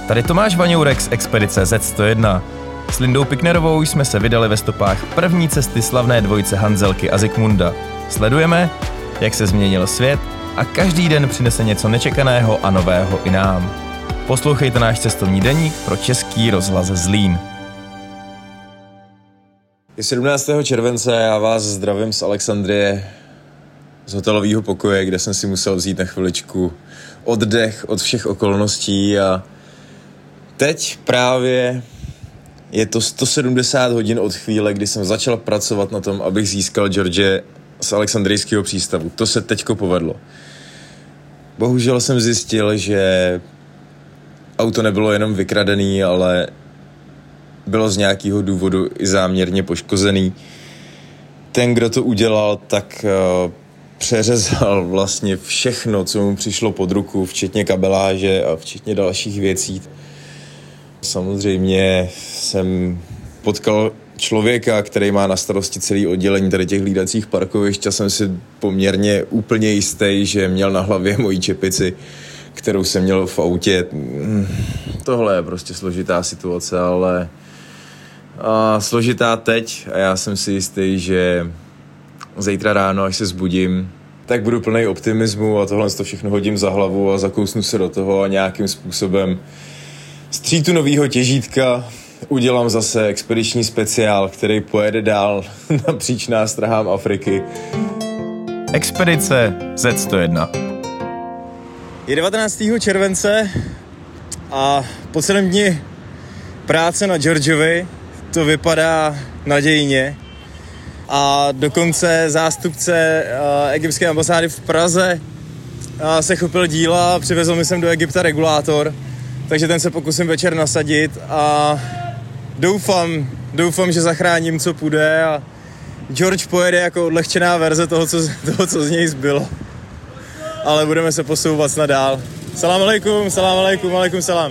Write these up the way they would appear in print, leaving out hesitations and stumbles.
Tady Tomáš Vaňourek z Expedice Z101. S Lindou Piknerovou jsme se vydali ve stopách první cesty slavné dvojice Hanzelky a Zikmunda. Sledujeme, jak se změnil svět a každý den přinese něco nečekaného a nového i nám. Poslouchejte náš cestovní deník pro Český rozhlas Zlín. Je 17. července, já vás zdravím z Alexandrie, z hotelového pokoje, kde jsem si musel vzít na chviličku oddech od všech okolností a teď právě je to 170 hodin od chvíle, kdy jsem začal pracovat na tom, abych získal George z Alexandrijského přístavu. To se teďko povedlo. Bohužel jsem zjistil, že auto nebylo jenom vykradený, ale bylo z nějakého důvodu i záměrně poškozený. Ten, kdo to udělal, tak přeřezal vlastně všechno, co mu přišlo pod ruku, včetně kabeláže a včetně dalších věcí. Samozřejmě jsem potkal člověka, který má na starosti celé oddělení tady těch hlídacích parkovišť a jsem si poměrně úplně jistý, že měl na hlavě moji čepici, kterou jsem měl v autě. Tohle je prostě složitá situace, ale složitá teď a já jsem si jistý, že zítra ráno, až se zbudím, tak budu plný optimismu a tohle to všechno hodím za hlavu a zakousnu se do toho a nějakým způsobem střítu novýho těžítka udělám zase expediční speciál, který pojede dál napříč nástrahám Afriky. Expedice Z101. Je 19. července a po celém dni práce na Georgeovi to vypadá nadějně a dokonce zástupce egyptské ambasády v Praze se chopil díla a přivezl mi sem do Egypta regulátor, takže ten se pokusím večer nasadit a doufám, že zachráním, co půjde a George pojede jako odlehčená verze toho, co z něj zbylo. Ale budeme se posouvat snad dál. Salam alejkum, salam.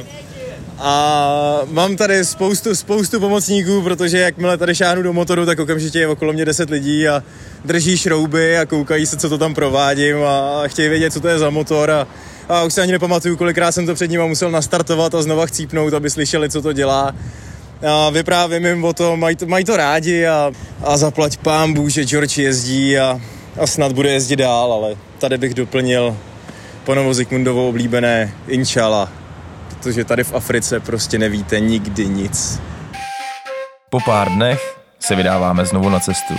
A mám tady spoustu pomocníků, protože jakmile tady šáhnu do motoru, tak okamžitě je okolo mě 10 lidí a drží šrouby a koukají se, co to tam provádím a chtějí vědět, co to je za motor a už se ani nepamatuju, kolikrát jsem to před nima musel nastartovat a znova chcípnout, aby slyšeli, co to dělá. A vyprávím jim o tom, mají to rádi a zaplať pánbůh, že George jezdí a snad bude jezdit dál, ale tady bych doplnil panovo Zikmundovo oblíbené Inshallah, protože tady v Africe prostě nevíte nikdy nic. Po pár dnech se vydáváme znovu na cestu.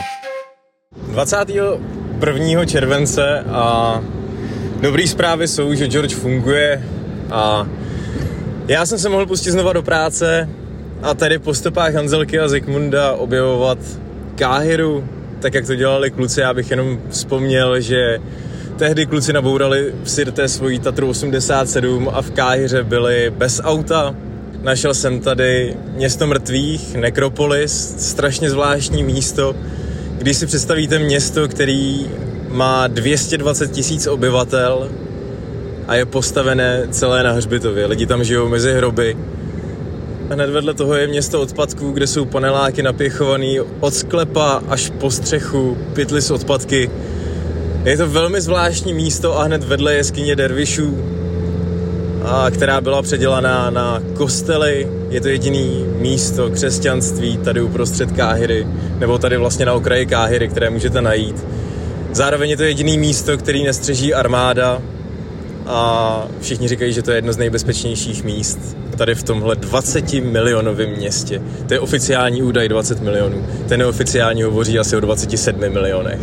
21. července a dobrý zprávy jsou, že George funguje a já jsem se mohl pustit znova do práce a tady po stopách Hanzelky a Zikmunda objevovat Káhiru, tak jak to dělali kluci. Já bych jenom vzpomněl, že tehdy kluci nabourali v Sirte svoji Tatru 87 a v Káhiře byli bez auta. Našel jsem tady město mrtvých, nekropolis, strašně zvláštní místo. Když si představíte město, který má 220 000 obyvatel a je postavené celé na hřbitově. Lidi tam žijou mezi hroby. Hned vedle toho je město odpadků, kde jsou paneláky napěchovaný od sklepa až po střechu, pytly s odpadky. Je to velmi zvláštní místo a hned vedle je jeskyně dervišů, která byla předělaná na kostely. Je to jediný místo křesťanství tady uprostřed Káhiry, nebo tady vlastně na okraji Káhiry, které můžete najít. Zároveň je to jediný místo, který nestřeží armáda a všichni říkají, že to je jedno z nejbezpečnějších míst tady v tomhle 20 milionovém městě. To je oficiální údaj 20 milionů. Ten neoficiální hovoří asi o 27 milionech.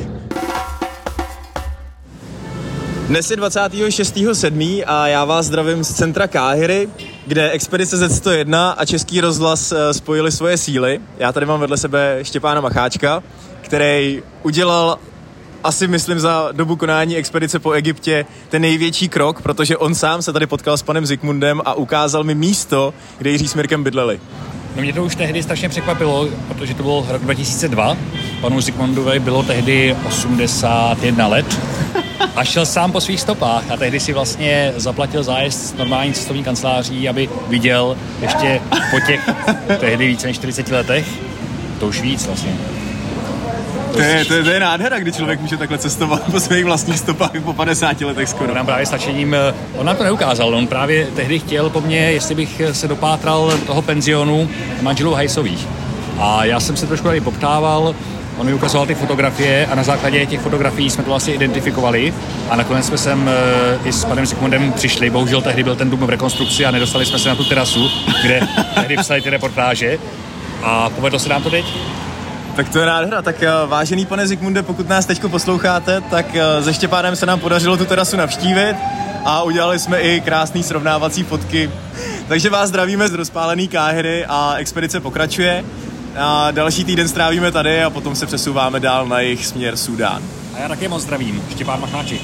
Dnes je 26.7. a já vás zdravím z centra Káhiry, kde Expedice Z101 a Český rozhlas spojili svoje síly. Já tady mám vedle sebe Štěpána Macháčka, který udělal asi myslím za dobu konání expedice po Egyptě ten největší krok, protože on sám se tady potkal s panem Zikmundem a ukázal mi místo, kde Jiří s Mirkem bydleli. No mě to už tehdy strašně překvapilo, protože to bylo rok 2002. Panu Zikmundovi bylo tehdy 81 let a šel sám po svých stopách a tehdy si vlastně zaplatil zájezd s normální cestovní kanceláří, aby viděl ještě po těch tehdy více než 40 letech, to už víc vlastně. To je nádhera, kdy člověk může takhle cestovat po svých vlastních stopách po 50 letech skoro. Nám právě stačením, on nám to neukázal, on právě tehdy chtěl po mně, jestli bych se dopátral toho penzionu manželů Hajsových. A já jsem se trošku tady poptával, on mi ukazoval ty fotografie a na základě těch fotografií jsme to vlastně identifikovali a nakonec jsme sem i s panem Zikmundem přišli. Bohužel tehdy byl ten dům v rekonstrukci a nedostali jsme se na tu terasu, kde tehdy psali ty reportáže a povedlo se nám to teď. Tak to je nádhera. Tak vážený pane Zikmunde, pokud nás teďko posloucháte, tak se Štěpánem se nám podařilo tu terasu navštívit a udělali jsme i krásný srovnávací fotky. Takže vás zdravíme z rozpálený Káhiry a expedice pokračuje. A další týden strávíme tady a potom se přesouváme dál na jih směr Súdán. A já také moc zdravím, Štěpán Machnáček.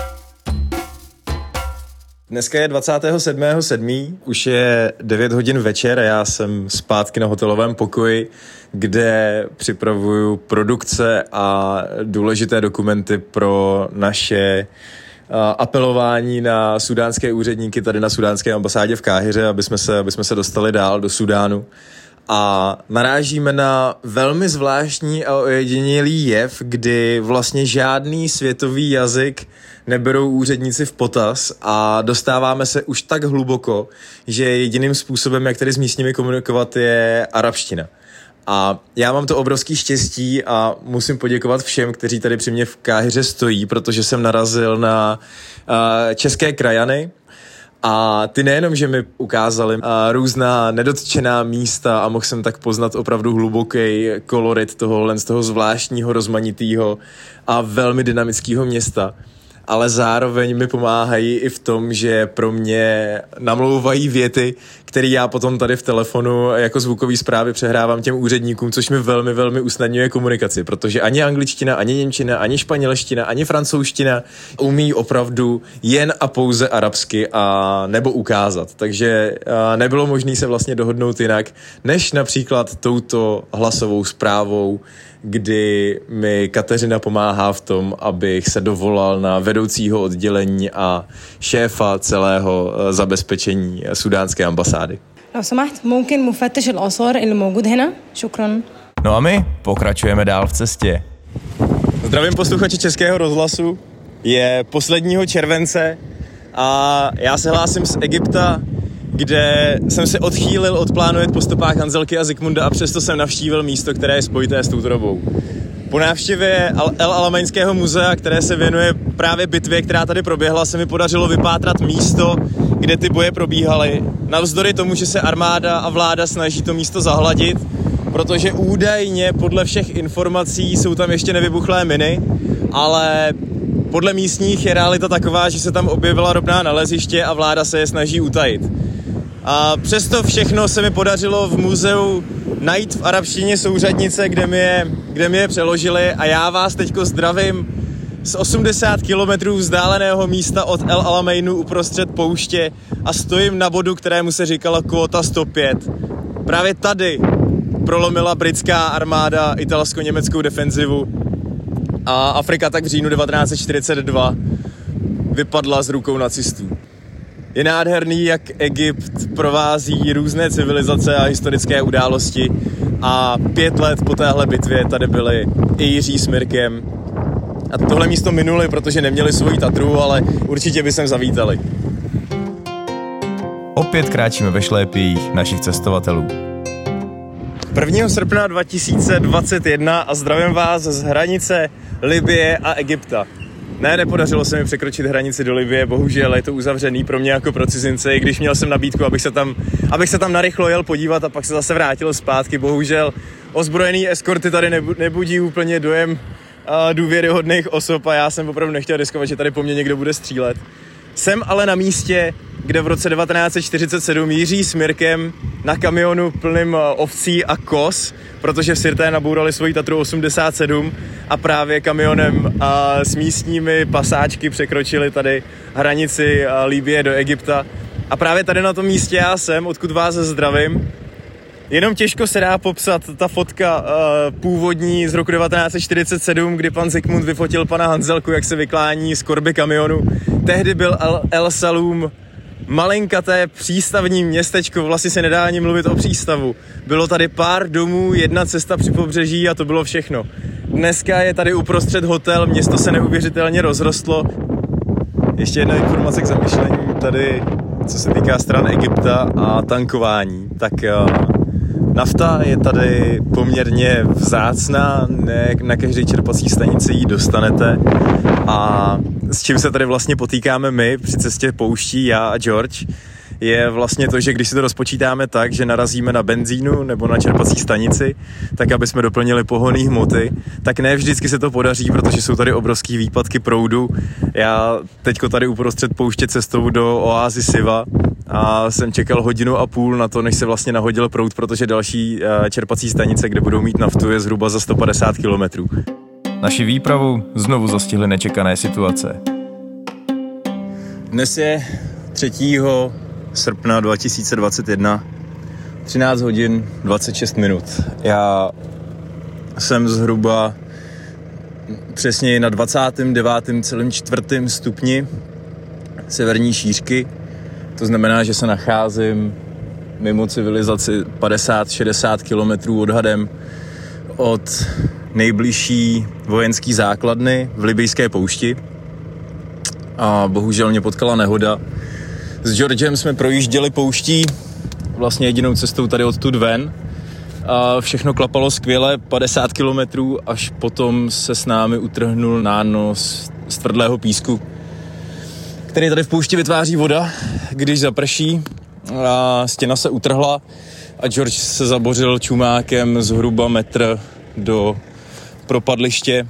Dneska je 27.7. Už je 9 hodin večer a já jsem zpátky na hotelovém pokoji, kde připravuju produkce a důležité dokumenty pro naše apelování na sudánské úředníky tady na sudánské ambasádě v Káhiře, aby jsme se dostali dál do Súdánu. A narážíme na velmi zvláštní a ojedinělý jev, kdy vlastně žádný světový jazyk neberou úředníci v potaz a dostáváme se už tak hluboko, že jediným způsobem, jak tady s místními komunikovat, je arabština. A já mám to obrovský štěstí a musím poděkovat všem, kteří tady při mě v Káhiře stojí, protože jsem narazil na české krajany. A ty nejenom, že mi ukázali různá nedotčená místa a mohl jsem tak poznat opravdu hluboký kolorit z toho zvláštního, rozmanitého a velmi dynamického města, ale zároveň mi pomáhají i v tom, že pro mě namlouvají věty, které já potom tady v telefonu jako zvukové zprávy přehrávám těm úředníkům, což mi velmi, velmi usnadňuje komunikaci, protože ani angličtina, ani němčina, ani španělština, ani francouzština umí opravdu jen a pouze arabsky a nebo ukázat. Takže nebylo možné se vlastně dohodnout jinak, než například touto hlasovou zprávou, kdy mi Kateřina pomáhá v tom, abych se dovolal na vedoucího oddělení a šéfa celého zabezpečení sudánské ambasády. لو سمحت ممكن مفتش الآثار اللي موجود هنا شكرا. No a my pokračujeme dál v cestě. Zdravím posluchači Českého rozhlasu. Je 1. července a já se hlásím z Egypta, kde jsem se odchýlil od plánu jet po stopách Hanzelky a Zikmunda a přesto jsem navštívil místo, které je spojité s touto dobou. Po návštěvě El Alameínského muzea, které se věnuje právě bitvě, která tady proběhla, se mi podařilo vypátrat místo, kde ty boje probíhaly. Navzdory tomu, že se armáda a vláda snaží to místo zahladit, protože údajně podle všech informací jsou tam ještě nevybuchlé miny, ale podle místních je realita taková, že se tam objevila ropná naleziště a vláda se je snaží utajit. A přesto všechno se mi podařilo v muzeu najít v arabštině souřadnice, kde mi je přeložili a já vás teďko zdravím z 80 kilometrů vzdáleného místa od El Alameinu uprostřed pouště a stojím na bodu, kterému se říkala kvóta 105. Právě tady prolomila britská armáda italsko-německou defenzivu a Afrika tak v říjnu 1942 vypadla z rukou nacistů. Je nádherný, jak Egypt provází různé civilizace a historické události a 5 let po téhle bitvě tady byli i Jiří s Mirkem. A tohle místo minuli, protože neměli svoji Tatru, ale určitě by sem zavítali. Opět kráčíme ve šlépích našich cestovatelů. 1. srpna 2021 a zdravím vás z hranice Libye a Egypta. Ne, nepodařilo se mi překročit hranici do Libye, bohužel je to uzavřený pro mě jako pro cizince, i když měl jsem nabídku, abych se tam narychlo jel podívat a pak se zase vrátil zpátky. Bohužel ozbrojený eskorty tady nebudí úplně dojem důvěryhodných osob a já jsem opravdu nechtěl riskovat, že tady po mně někdo bude střílet. Jsem ale na místě, kde v roce 1947 Jiří s Mirkem na kamionu plným ovcí a koz, protože v Sirté nabourali svoji Tatru 87 a právě kamionem s místními pasáčky překročili tady hranici Libye do Egypta. A právě tady na tom místě já jsem, odkud vás zdravím. Jenom těžko se dá popsat ta fotka původní z roku 1947, kdy pan Zikmund vyfotil pana Hanzelku, jak se vyklání z korby kamionu. Tehdy byl El Saloum malinkaté přístavní městečko, vlastně se nedá ani mluvit o přístavu. Bylo tady pár domů, jedna cesta při pobřeží a to bylo všechno. Dneska je tady uprostřed hotel, město se neuvěřitelně rozrostlo. Ještě jedna informace k zamyšlení tady, co se týká stran Egypta a tankování. Tak nafta je tady poměrně vzácná, ne na každé čerpací stanici ji dostanete. A s čím se tady vlastně potýkáme my při cestě pouští, já a George, je vlastně to, že když si to rozpočítáme tak, že narazíme na benzínu nebo na čerpací stanici, tak aby jsme doplnili pohonné hmoty, tak ne vždycky se to podaří, protože jsou tady obrovský výpadky proudu. Já teďko tady uprostřed pouště cestou do oázy Siva a jsem čekal 1,5 hodiny na to, než se vlastně nahodil proud, protože další čerpací stanice, kde budou mít naftu, je zhruba za 150 kilometrů. Naši výpravu znovu zastihly nečekané situace. Dnes je 3. srpna 2021, 13 hodin 26 minut. Já jsem zhruba přesně na 29,4 stupni severní šířky. To znamená, že se nacházím mimo civilizaci 50-60 kilometrů odhadem od nejbližší vojenské základny v Libyjské poušti. A bohužel mě potkala nehoda. S Georgem jsme projížděli pouští vlastně jedinou cestou tady odtud ven. A všechno klapalo skvěle, 50 kilometrů, až potom se s námi utrhnul nános z tvrdlého písku, který tady v poušti vytváří voda, když zaprší. A stěna se utrhla a George se zabořil čumákem zhruba metr do propadliště.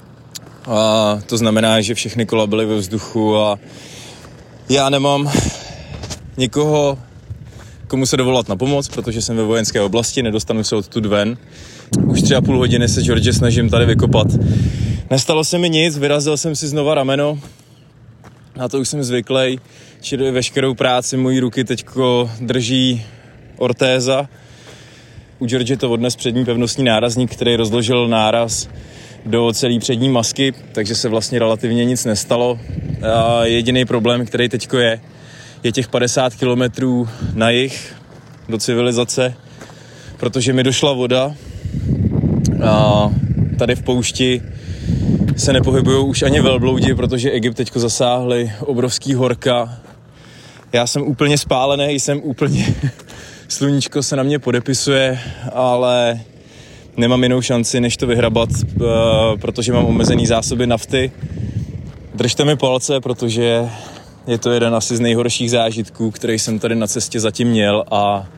A to znamená, že všechny kola byly ve vzduchu a já nemám nikoho, komu se dovolat na pomoc, protože jsem ve vojenské oblasti, nedostanu se odtud ven. Už 3,5 hodiny se George snažím tady vykopat. Nestalo se mi nic, vyrazil jsem si znova rameno, na to už jsem zvyklý, čili veškerou práci mojí ruky teďko drží ortéza. U George to odnes přední pevnostní nárazník, který rozložil náraz do celé přední masky, takže se vlastně relativně nic nestalo. A jediný problém, který teďko je těch 50 kilometrů na jih do civilizace, protože mi došla voda a tady v poušti se nepohybují už ani velbloudi, protože Egypt teďko zasáhli obrovský horka. Já jsem úplně spálený, jsem úplně... Sluníčko se na mě podepisuje, ale nemám jinou šanci, než to vyhrabat, protože mám omezený zásoby nafty. Držte mi palce, protože je to jeden asi z nejhorších zážitků, který jsem tady na cestě zatím měl a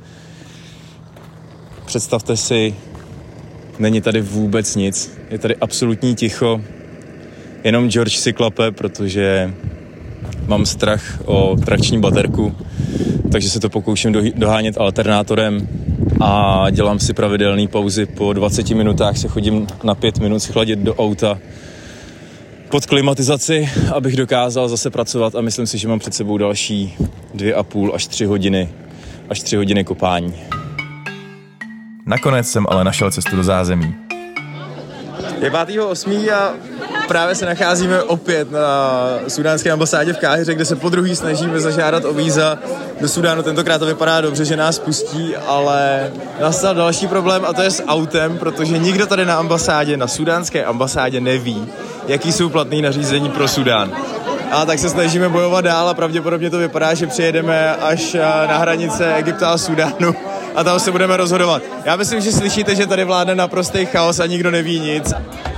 představte si, není tady vůbec nic. Je tady absolutní ticho, jenom George si klape, protože mám strach o trakční baterku, takže se to pokouším dohánět alternátorem a dělám si pravidelné pauzy. Po 20 minutách se chodím na 5 minut schladit do auta pod klimatizaci, abych dokázal zase pracovat a myslím si, že mám před sebou další 2,5 až 3 hodiny kopání. Nakonec jsem ale našel cestu do zázemí. Je 5.8. a právě se nacházíme opět na sudánské ambasádě v Káhiře, kde se podruhý snažíme zažádat o víza do Sudánu. Tentokrát to vypadá dobře, že nás pustí, ale nastal další problém a to je s autem, protože nikdo tady na ambasádě, na sudánské ambasádě neví, jaký jsou platné nařízení pro Sudán. A tak se snažíme bojovat dál a pravděpodobně to vypadá, že přijedeme až na hranice Egypta a Sudánu a tam se budeme rozhodovat. Já myslím, že slyšíte, že tady vládne naprostý chaos a nikdo neví nic.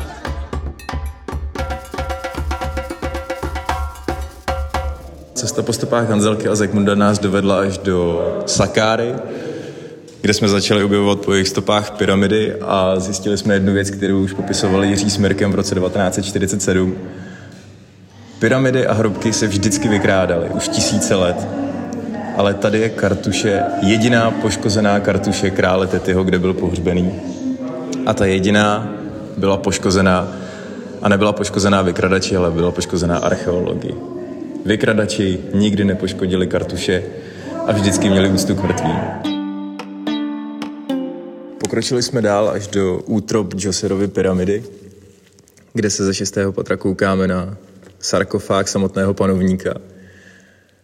Cesta po stopách Hanzelky a Zikmunda nás dovedla až do Sakáry, kde jsme začali objevovat po jejich stopách pyramidy a zjistili jsme jednu věc, kterou už popisoval Jiří Smirkem v roce 1947. Pyramidy a hrobky se vždycky vykrádaly, už tisíce let. Ale tady je kartuše, jediná poškozená kartuše krále Tetiho, kde byl pohřbený. A ta jediná byla poškozená, a nebyla poškozená vykradači, ale byla poškozená archeologii. Vykradači nikdy nepoškodili kartuše a vždycky měli úctu k mrtvým. Pokročili jsme dál až do útrop Džoserovy pyramidy, kde se ze 6. patra koukáme na sarkofág samotného panovníka.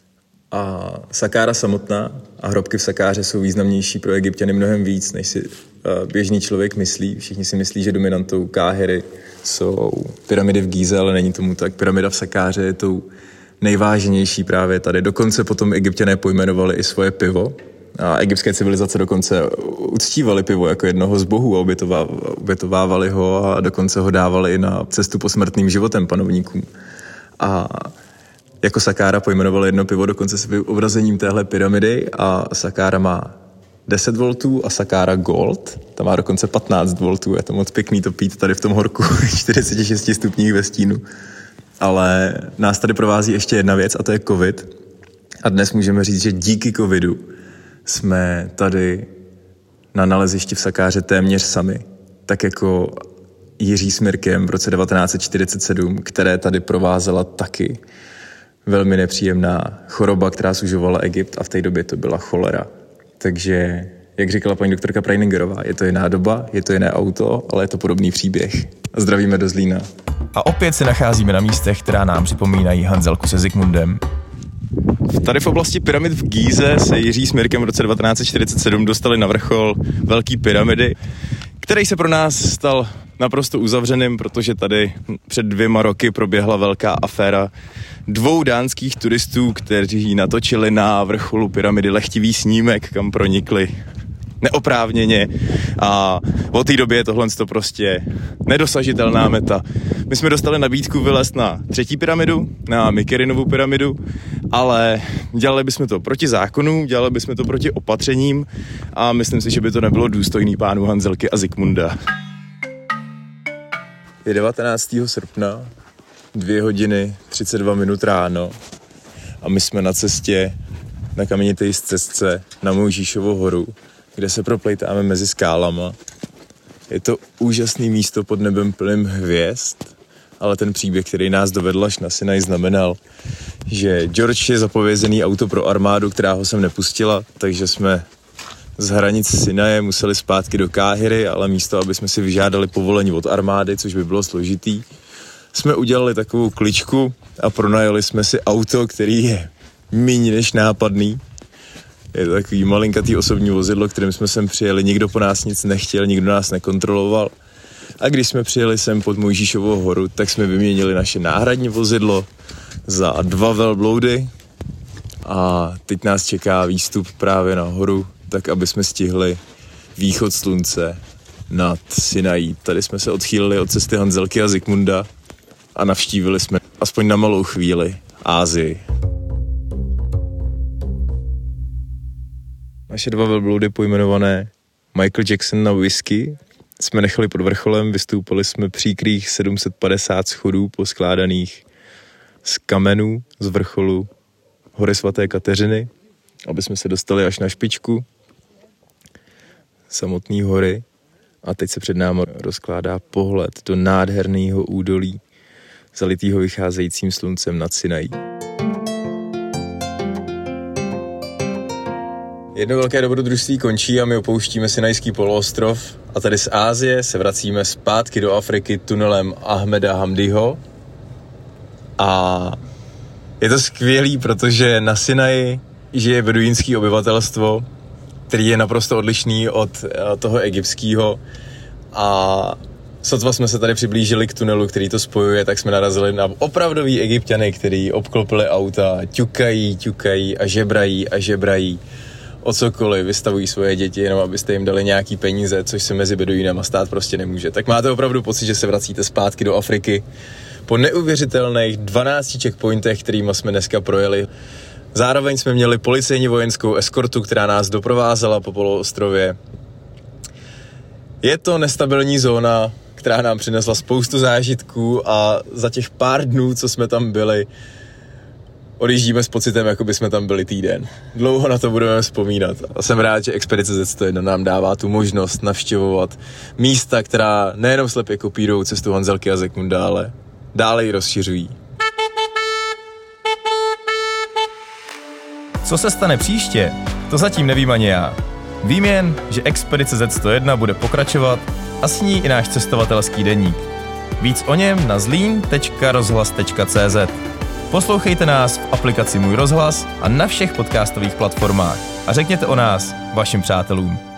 A Sakára samotná a hrobky v Sakáře jsou významnější pro Egypťany mnohem víc, než si běžný člověk myslí. Všichni si myslí, že dominantou Káhiry jsou pyramidy v Gíze, ale není tomu tak. Pyramida v Sakáře je tou nejváženější právě tady. Dokonce potom Egypťané pojmenovali i svoje pivo. A egyptské civilizace dokonce uctívali pivo jako jednoho z bohů a obětovávali ho a dokonce ho dávali i na cestu posmrtným životem panovníkům. A jako Sakára pojmenovali jedno pivo dokonce s vyobrazením téhle pyramidy a Sakára má 10 voltů a Sakára Gold, ta má dokonce 15 voltů, je to moc pěkný to pít tady v tom horku 46 stupních ve stínu. Ale nás tady provází ještě jedna věc a to je covid. A dnes můžeme říct, že díky covidu jsme tady na nalezišti v Sakáře téměř sami. Tak jako Jiří s Mirkem v roce 1947, které tady provázela taky velmi nepříjemná choroba, která sužovala Egypt a v té době to byla cholera. Takže, jak říkala paní doktorka Preiningerová, je to jiná doba, je to jiné auto, ale je to podobný příběh. A zdravíme do Zlína. A opět se nacházíme na místech, která nám připomínají Hanzelku se Zikmundem. Tady v oblasti pyramid v Gíze se Jiří s Mirkem v roce 1947 dostali na vrchol Velké pyramidy, který se pro nás stal naprosto uzavřeným, protože tady před 2 roky proběhla velká aféra 2 dánských turistů, kteří natočili na vrcholu pyramidy lehtivý snímek, kam pronikli neoprávněně a od té době je tohle prostě nedosažitelná meta. My jsme dostali nabídku vylézt na 3. pyramidu, na Mykerinovu pyramidu, ale dělali bychom to proti zákonu, dělali bychom to proti opatřením a myslím si, že by to nebylo důstojný pánů Hanzelky a Zikmunda. Je 19. srpna, 2 hodiny 32 minut ráno a my jsme na cestě na kamenité stezce na Mojžíšovu horu, kde se proplejtáme mezi skálama. Je to úžasné místo pod nebem plným hvězd, ale ten příběh, který nás dovedl až na Sinaj, znamenal, že George je zapovězený auto pro armádu, která ho sem nepustila, takže jsme z hranic Sinaje museli zpátky do Káhiry, ale místo, aby jsme si vyžádali povolení od armády, což by bylo složitý, jsme udělali takovou kličku a pronajali jsme si auto, který je míň než nápadný. Je to takový malinkatý osobní vozidlo, kterým jsme sem přijeli, nikdo po nás nic nechtěl, nikdo nás nekontroloval. A když jsme přijeli sem pod Mojžíšovou horu, tak jsme vyměnili naše náhradní vozidlo za 2 velbloudy a teď nás čeká výstup právě na horu, tak aby jsme stihli východ slunce nad Sinají. Tady jsme se odchýlili od cesty Hanzelky a Zikmunda a navštívili jsme aspoň na malou chvíli Asii. Naše 2 velbloudy pojmenované Michael Jackson na whisky jsme nechali pod vrcholem, vystoupili jsme příkrých 750 schodů poskládaných z kamenů z vrcholu hory svaté Kateřiny, aby jsme se dostali až na špičku samotné hory a teď se před námi rozkládá pohled do nádherného údolí zalitýho vycházejícím sluncem nad Sinají. Jedno velké dobrodružství končí a my opouštíme Sinajský poloostrov a tady z Asie se vracíme zpátky do Afriky tunelem Ahmeda Hamdiho. A je to skvělý, protože na Sinaji žije beduínský obyvatelstvo, který je naprosto odlišný od toho egyptského. A sotva jsme se tady přiblížili k tunelu, který to spojuje, tak jsme narazili na opravdový Egypťany, který obklopili auta, ťukají a žebrají o cokoliv, vystavují svoje děti, jenom abyste jim dali nějaký peníze, což se mezi beduínama stát prostě nemůže. Tak máte opravdu pocit, že se vracíte zpátky do Afriky po neuvěřitelných 12 checkpointech, kterýma jsme dneska projeli. Zároveň jsme měli policejní vojenskou eskortu, která nás doprovázela po poloostrově. Je to nestabilní zóna, která nám přinesla spoustu zážitků a za těch pár dnů, co jsme tam byli, odjíždíme s pocitem, jako by jsme tam byli týden. Dlouho na to budeme vzpomínat. A jsem rád, že Expedice Z101 nám dává tu možnost navštěvovat místa, která nejenom slepě kopírují cestu Hanzelky a Zikmunda, ale dále ji rozšiřují. Co se stane příště, to zatím nevím ani já. Vím jen, že Expedice Z101 bude pokračovat a s ní i náš cestovatelský deník. Víc o něm na zlín.rozhlas.cz. Poslouchejte nás v aplikaci Můj rozhlas a na všech podcastových platformách. A řekněte o nás vašim přátelům.